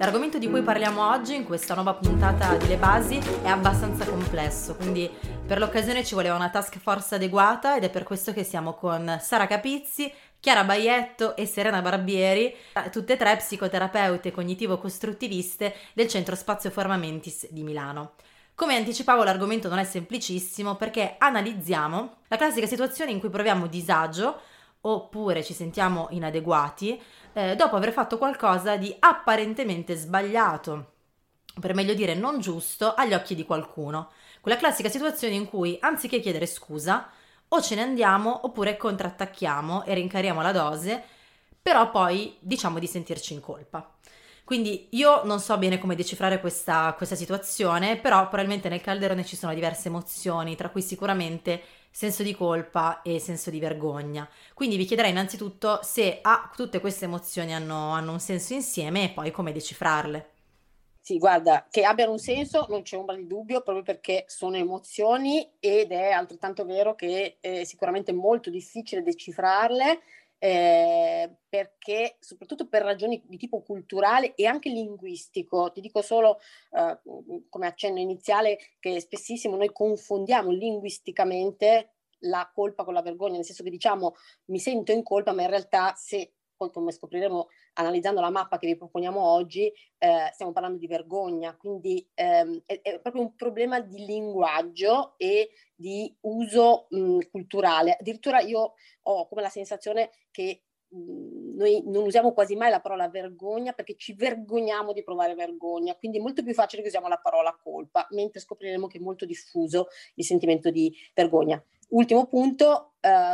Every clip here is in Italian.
L'argomento di cui parliamo oggi in questa nuova puntata di Le Basi è abbastanza complesso, quindi per l'occasione ci voleva una task force adeguata ed è per questo che siamo con Sara Capizzi, Chiara Baietto e Serena Barbieri, tutte e tre psicoterapeute cognitivo-costruttiviste del Centro Spazio Formamentis di Milano. Come anticipavo, l'argomento non è semplicissimo perché analizziamo la classica situazione in cui proviamo disagio oppure ci sentiamo inadeguati dopo aver fatto qualcosa di apparentemente sbagliato, per meglio dire non giusto, agli occhi di qualcuno. Quella classica situazione in cui, anziché chiedere scusa, o ce ne andiamo oppure contrattacchiamo e rincariamo la dose, però poi diciamo di sentirci in colpa. Quindi io non so bene come decifrare questa situazione, però probabilmente nel calderone ci sono diverse emozioni, tra cui sicuramente senso di colpa e senso di vergogna. Quindi vi chiederei innanzitutto se tutte queste emozioni hanno un senso insieme e poi come decifrarle. Sì, guarda, che abbiano un senso non c'è ombra di dubbio, proprio perché sono emozioni ed è altrettanto vero che è sicuramente molto difficile decifrarle, perché soprattutto per ragioni di tipo culturale e anche linguistico. Ti dico solo, come accenno iniziale, che spessissimo noi confondiamo linguisticamente la colpa con la vergogna, nel senso che diciamo mi sento in colpa, ma in realtà se poi, come scopriremo analizzando la mappa che vi proponiamo oggi, stiamo parlando di vergogna, quindi è proprio un problema di linguaggio e di uso culturale. Addirittura io ho come la sensazione che noi non usiamo quasi mai la parola vergogna perché ci vergogniamo di provare vergogna, quindi è molto più facile che usiamo la parola colpa, mentre scopriremo che è molto diffuso il sentimento di vergogna. Ultimo punto,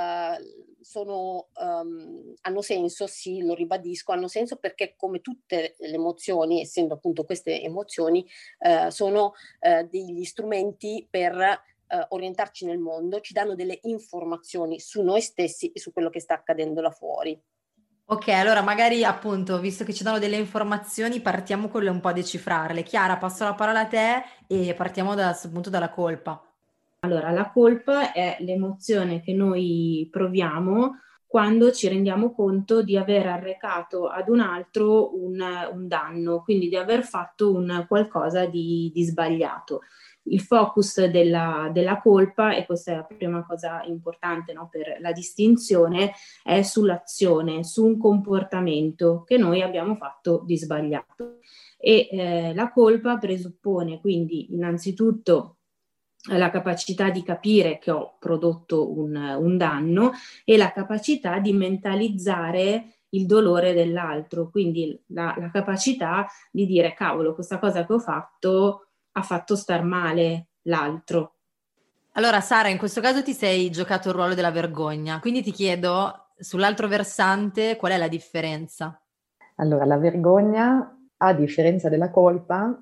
hanno senso, sì, lo ribadisco, hanno senso perché come tutte le emozioni, essendo appunto queste emozioni, sono degli strumenti per orientarci nel mondo, ci danno delle informazioni su noi stessi e su quello che sta accadendo là fuori. Ok, allora magari appunto, visto che ci danno delle informazioni, partiamo con le un po' a decifrarle. Chiara, passo la parola a te e partiamo appunto dalla colpa. Allora, la colpa è l'emozione che noi proviamo quando ci rendiamo conto di aver arrecato ad un altro un danno, quindi di aver fatto un qualcosa di sbagliato. Il focus della colpa, e questa è la prima cosa importante, no, per la distinzione, è sull'azione, su un comportamento che noi abbiamo fatto di sbagliato. E la colpa presuppone quindi innanzitutto la capacità di capire che ho prodotto un danno e la capacità di mentalizzare il dolore dell'altro, quindi la capacità di dire cavolo, questa cosa che ho fatto ha fatto star male l'altro. Allora Sara, in questo caso ti sei giocato il ruolo della vergogna, quindi ti chiedo sull'altro versante qual è la differenza? Allora, la vergogna, a differenza della colpa,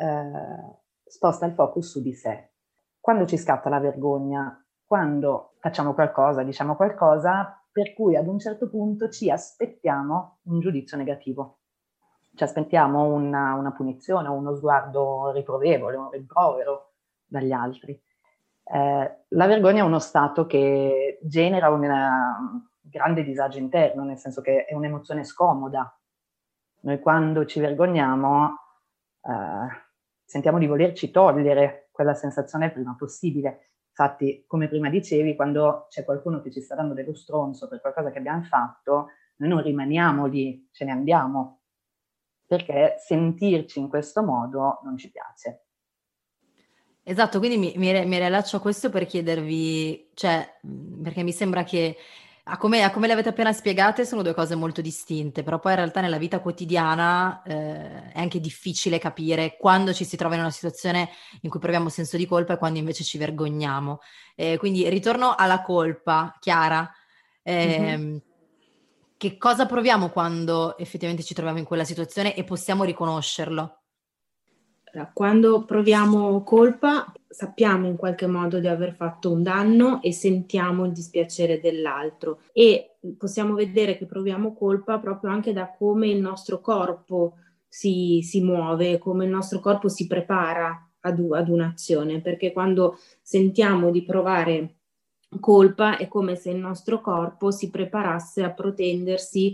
sposta il focus su di sé. Quando ci scatta la vergogna? Quando facciamo qualcosa, diciamo qualcosa per cui ad un certo punto ci aspettiamo un giudizio negativo. Ci aspettiamo una punizione, uno sguardo riprovevole, un rimprovero dagli altri. La vergogna è uno stato che genera un grande disagio interno, nel senso che è un'emozione scomoda. Noi quando ci vergogniamo sentiamo di volerci togliere quella sensazione il prima possibile. Infatti, come prima dicevi, quando c'è qualcuno che ci sta dando dello stronzo per qualcosa che abbiamo fatto, noi non rimaniamo lì, ce ne andiamo, perché sentirci in questo modo non ci piace. Esatto, quindi mi riallaccio a questo per chiedervi, cioè, perché mi sembra che a come le avete appena spiegate sono due cose molto distinte, però poi in realtà nella vita quotidiana è anche difficile capire quando ci si trova in una situazione in cui proviamo senso di colpa e quando invece ci vergogniamo. Quindi ritorno alla colpa, Chiara. Che cosa proviamo quando effettivamente ci troviamo in quella situazione e possiamo riconoscerlo? Quando proviamo colpa, sappiamo in qualche modo di aver fatto un danno e sentiamo il dispiacere dell'altro e possiamo vedere che proviamo colpa proprio anche da come il nostro corpo si muove, come il nostro corpo si prepara ad un'azione, perché quando sentiamo di provare colpa è come se il nostro corpo si preparasse a proteggersi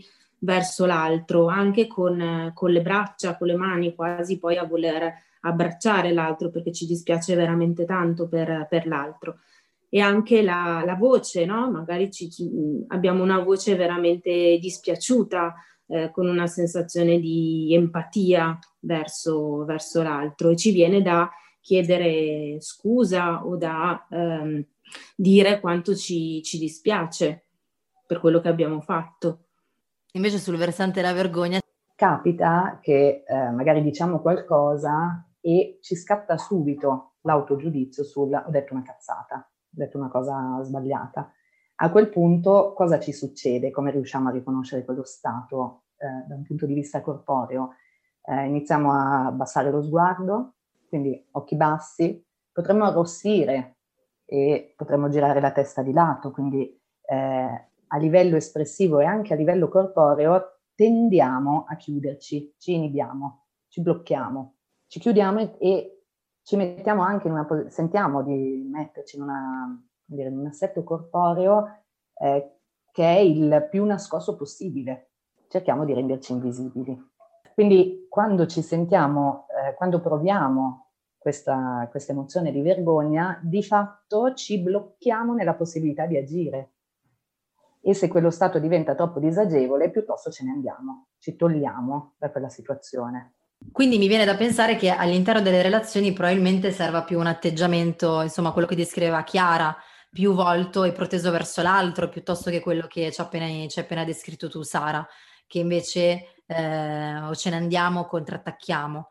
verso l'altro, anche con le braccia, con le mani, quasi poi a voler abbracciare l'altro perché ci dispiace veramente tanto per l'altro. E anche la voce, no? Magari abbiamo una voce veramente dispiaciuta, con una sensazione di empatia verso l'altro, e ci viene da chiedere scusa o da dire quanto ci dispiace per quello che abbiamo fatto. Invece sul versante della vergogna capita che magari diciamo qualcosa e ci scatta subito l'autogiudizio sul ho detto una cazzata, ho detto una cosa sbagliata. A quel punto cosa ci succede? Come riusciamo a riconoscere quello stato da un punto di vista corporeo? Iniziamo a abbassare lo sguardo, quindi occhi bassi, potremmo arrossire e potremmo girare la testa di lato, quindi a livello espressivo e anche a livello corporeo tendiamo a chiuderci, ci inibiamo, ci blocchiamo, ci chiudiamo e ci mettiamo anche in una posizione, sentiamo di metterci in un assetto corporeo che è il più nascosto possibile, cerchiamo di renderci invisibili. Quindi quando ci sentiamo, quando proviamo questa emozione di vergogna, di fatto ci blocchiamo nella possibilità di agire. E se quello stato diventa troppo disagevole, piuttosto ce ne andiamo, ci togliamo da quella situazione. Quindi mi viene da pensare che all'interno delle relazioni probabilmente serva più un atteggiamento, insomma, quello che descriveva Chiara, più volto e proteso verso l'altro, piuttosto che quello che ci hai appena descritto tu, Sara, che invece o ce ne andiamo o contrattacchiamo.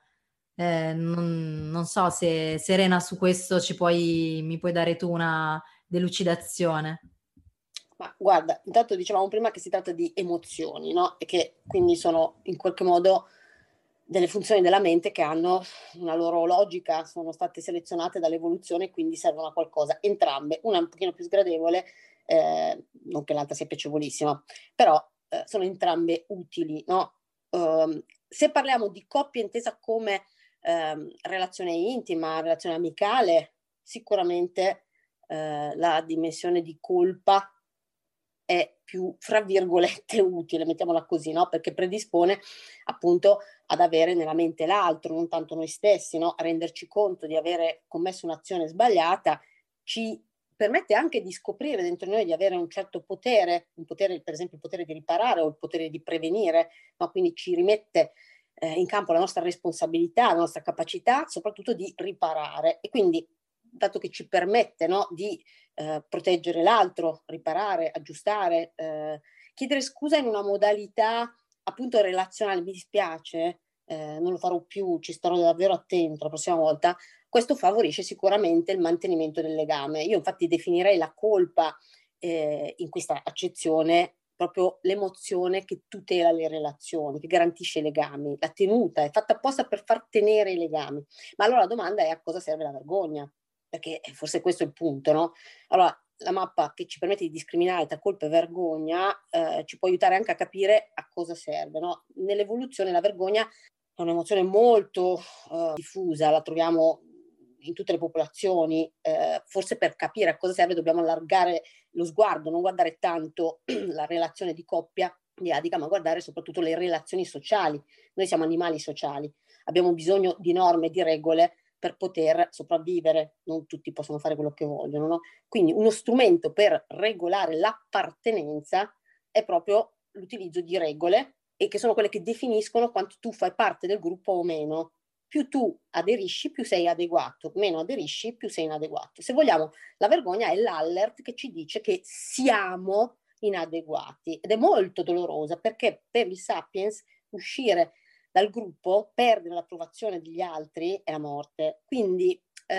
Non so se Serena su questo mi puoi dare tu una delucidazione. Ma guarda, intanto dicevamo prima che si tratta di emozioni, no? E che quindi sono in qualche modo delle funzioni della mente che hanno una loro logica, sono state selezionate dall'evoluzione e quindi servono a qualcosa. Entrambe, una un pochino più sgradevole, non che l'altra sia piacevolissima, però sono entrambe utili, no? Se parliamo di coppia intesa come relazione intima, relazione amicale, sicuramente la dimensione di colpa è più, fra virgolette, utile, mettiamola così, no? Perché predispone appunto ad avere nella mente l'altro, non tanto noi stessi, no? A renderci conto di avere commesso un'azione sbagliata ci permette anche di scoprire dentro noi di avere un certo potere, un potere, per esempio il potere di riparare o il potere di prevenire, no? Quindi ci rimette in campo la nostra responsabilità, la nostra capacità soprattutto di riparare, e quindi dato che ci permette, no, di proteggere l'altro, riparare, aggiustare, chiedere scusa in una modalità appunto relazionale, mi dispiace, non lo farò più, ci starò davvero attento la prossima volta, questo favorisce sicuramente il mantenimento del legame. Io infatti definirei la colpa in questa accezione proprio l'emozione che tutela le relazioni, che garantisce i legami, la tenuta, è fatta apposta per far tenere i legami. Ma allora la domanda è: a cosa serve la vergogna? Perché forse questo è il punto, no? Allora, la mappa che ci permette di discriminare tra colpa e vergogna ci può aiutare anche a capire a cosa serve, no? Nell'evoluzione la vergogna è un'emozione molto diffusa, la troviamo in tutte le popolazioni, forse per capire a cosa serve dobbiamo allargare lo sguardo, non guardare tanto la relazione di coppia diadica, ma guardare soprattutto le relazioni sociali. Noi siamo animali sociali, abbiamo bisogno di norme, di regole per poter sopravvivere, non tutti possono fare quello che vogliono, no? Quindi uno strumento per regolare l'appartenenza è proprio l'utilizzo di regole, e che sono quelle che definiscono quanto tu fai parte del gruppo o meno. Più tu aderisci, più sei adeguato, meno aderisci, più sei inadeguato. Se vogliamo, la vergogna è l'alert che ci dice che siamo inadeguati, ed è molto dolorosa, perché per il Sapiens uscire dal gruppo, perdere l'approvazione degli altri è la morte. Quindi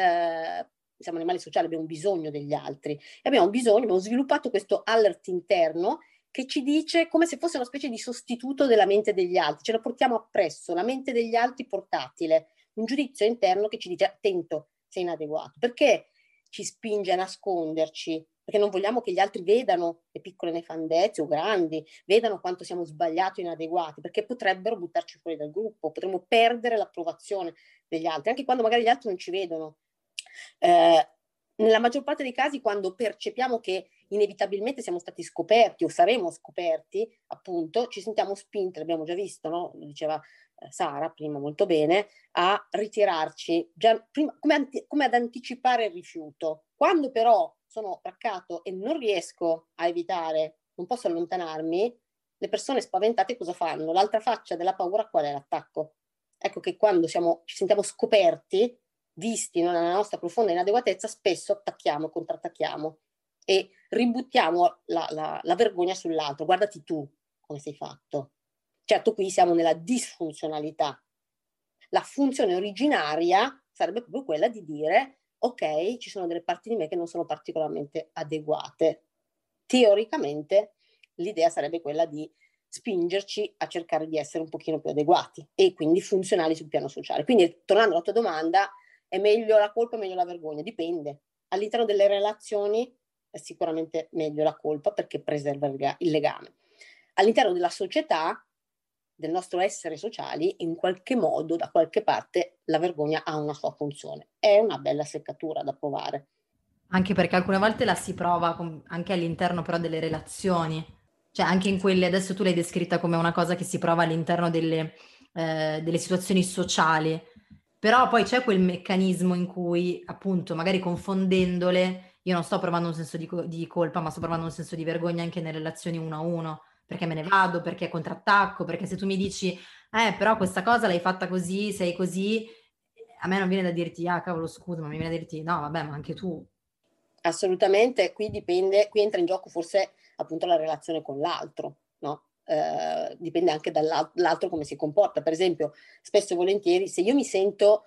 siamo animali sociali, abbiamo bisogno degli altri e abbiamo sviluppato questo alert interno che ci dice, come se fosse una specie di sostituto della mente degli altri, ce la portiamo appresso, la mente degli altri portatile, un giudizio interno che ci dice: attento, sei inadeguato. Perché ci spinge a nasconderci? Perché non vogliamo che gli altri vedano le piccole nefandezze o grandi, vedano quanto siamo sbagliati o inadeguati, perché potrebbero buttarci fuori dal gruppo, potremmo perdere l'approvazione degli altri, anche quando magari gli altri non ci vedono. Nella maggior parte dei casi, quando percepiamo che inevitabilmente siamo stati scoperti o saremo scoperti, appunto, ci sentiamo spinti, l'abbiamo già visto, no? Lo diceva Sara prima molto bene, a ritirarci, già prima, come ad anticipare il rifiuto. Quando però sono braccato e non riesco a evitare, non posso allontanarmi, le persone spaventate cosa fanno? L'altra faccia della paura qual è? L'attacco. Ecco che quando ci sentiamo scoperti, visti nella nostra profonda inadeguatezza, spesso attacchiamo, contrattacchiamo e ributtiamo la vergogna sull'altro. Guardati tu come sei fatto. Certo, qui siamo nella disfunzionalità. La funzione originaria sarebbe proprio quella di dire: ok, ci sono delle parti di me che non sono particolarmente adeguate. Teoricamente l'idea sarebbe quella di spingerci a cercare di essere un pochino più adeguati e quindi funzionali sul piano sociale. Quindi, tornando alla tua domanda, è meglio la colpa o meglio la vergogna? Dipende. All'interno delle relazioni è sicuramente meglio la colpa perché preserva il legame. All'interno della società, del nostro essere sociali, in qualche modo, da qualche parte, la vergogna ha una sua funzione. È una bella seccatura da provare. Anche perché alcune volte la si prova anche all'interno però delle relazioni. Cioè anche in quelle, adesso tu l'hai descritta come una cosa che si prova all'interno delle situazioni sociali, però poi c'è quel meccanismo in cui appunto magari confondendole, io non sto provando un senso di colpa, ma sto provando un senso di vergogna anche nelle relazioni uno a uno, perché me ne vado, perché contrattacco, perché se tu mi dici però questa cosa l'hai fatta così, sei così, a me non viene da dirti ah cavolo scusa, ma mi viene da dirti no vabbè ma anche tu. Assolutamente, qui entra in gioco forse appunto la relazione con l'altro, no? Dipende anche dall'altro come si comporta. Per esempio, spesso e volentieri, se io mi sento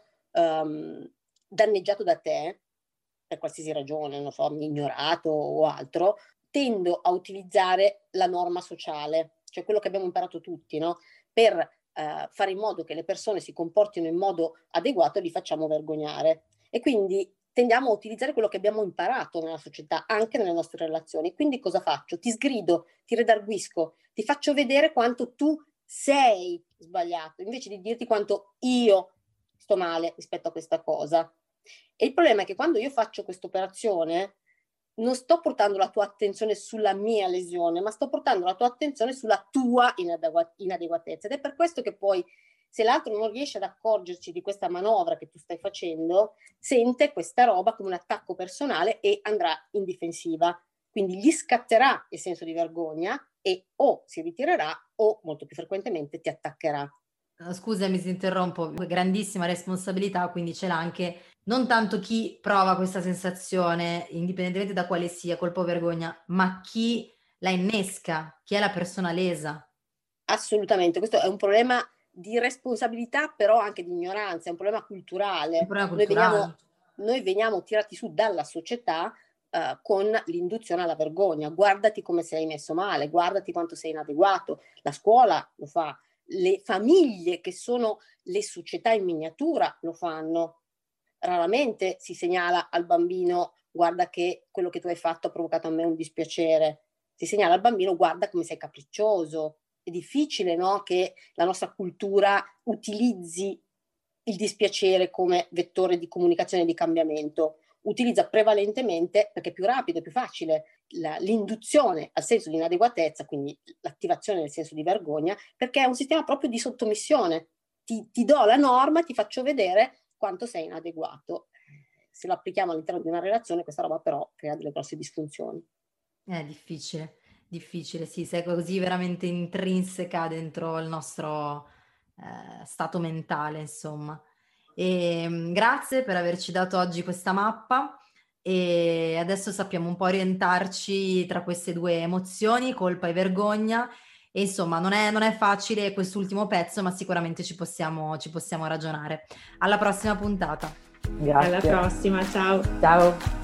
danneggiato da te, per qualsiasi ragione, non so, ignorato o altro, tendo a utilizzare la norma sociale, cioè quello che abbiamo imparato tutti, no? Per fare in modo che le persone si comportino in modo adeguato, li facciamo vergognare. E quindi tendiamo a utilizzare quello che abbiamo imparato nella società, anche nelle nostre relazioni. Quindi cosa faccio? Ti sgrido, ti redarguisco, ti faccio vedere quanto tu sei sbagliato, invece di dirti quanto io sto male rispetto a questa cosa. E il problema è che quando io faccio questa operazione, non sto portando la tua attenzione sulla mia lesione, ma sto portando la tua attenzione sulla tua inadeguatezza. Ed è per questo che poi, se l'altro non riesce ad accorgersi di questa manovra che tu stai facendo, sente questa roba come un attacco personale e andrà in difensiva. Quindi gli scatterà il senso di vergogna e o si ritirerà o molto più frequentemente ti attaccherà. Scusami se interrompo, grandissima responsabilità, quindi ce l'ha anche non tanto chi prova questa sensazione, indipendentemente da quale sia, colpa o vergogna, ma chi la innesca, chi è la persona lesa. Assolutamente, questo è un problema di responsabilità, però anche di ignoranza, è un problema culturale. Un problema culturale. Noi veniamo tirati su dalla società con l'induzione alla vergogna. Guardati come sei messo male, guardati quanto sei inadeguato. La scuola lo fa, le famiglie che sono le società in miniatura lo fanno. Raramente si segnala al bambino guarda che quello che tu hai fatto ha provocato a me un dispiacere. Si segnala al bambino guarda come sei capriccioso. È difficile, no, che la nostra cultura utilizzi il dispiacere come vettore di comunicazione e di cambiamento. Utilizza prevalentemente, perché è più rapido, è più facile, l'induzione al senso di inadeguatezza, quindi l'attivazione del senso di vergogna, perché è un sistema proprio di sottomissione. Ti do la norma, ti faccio vedere quanto sei inadeguato. Se lo applichiamo all'interno di una relazione, questa roba però crea delle grosse disfunzioni. È difficile, sì, se è così veramente intrinseca dentro il nostro stato mentale, insomma. E, grazie per averci dato oggi questa mappa e adesso sappiamo un po' orientarci tra queste due emozioni, colpa e vergogna. E insomma, non è facile quest'ultimo pezzo, ma sicuramente ci possiamo ragionare. Alla prossima puntata. Grazie. Alla prossima, ciao. Ciao.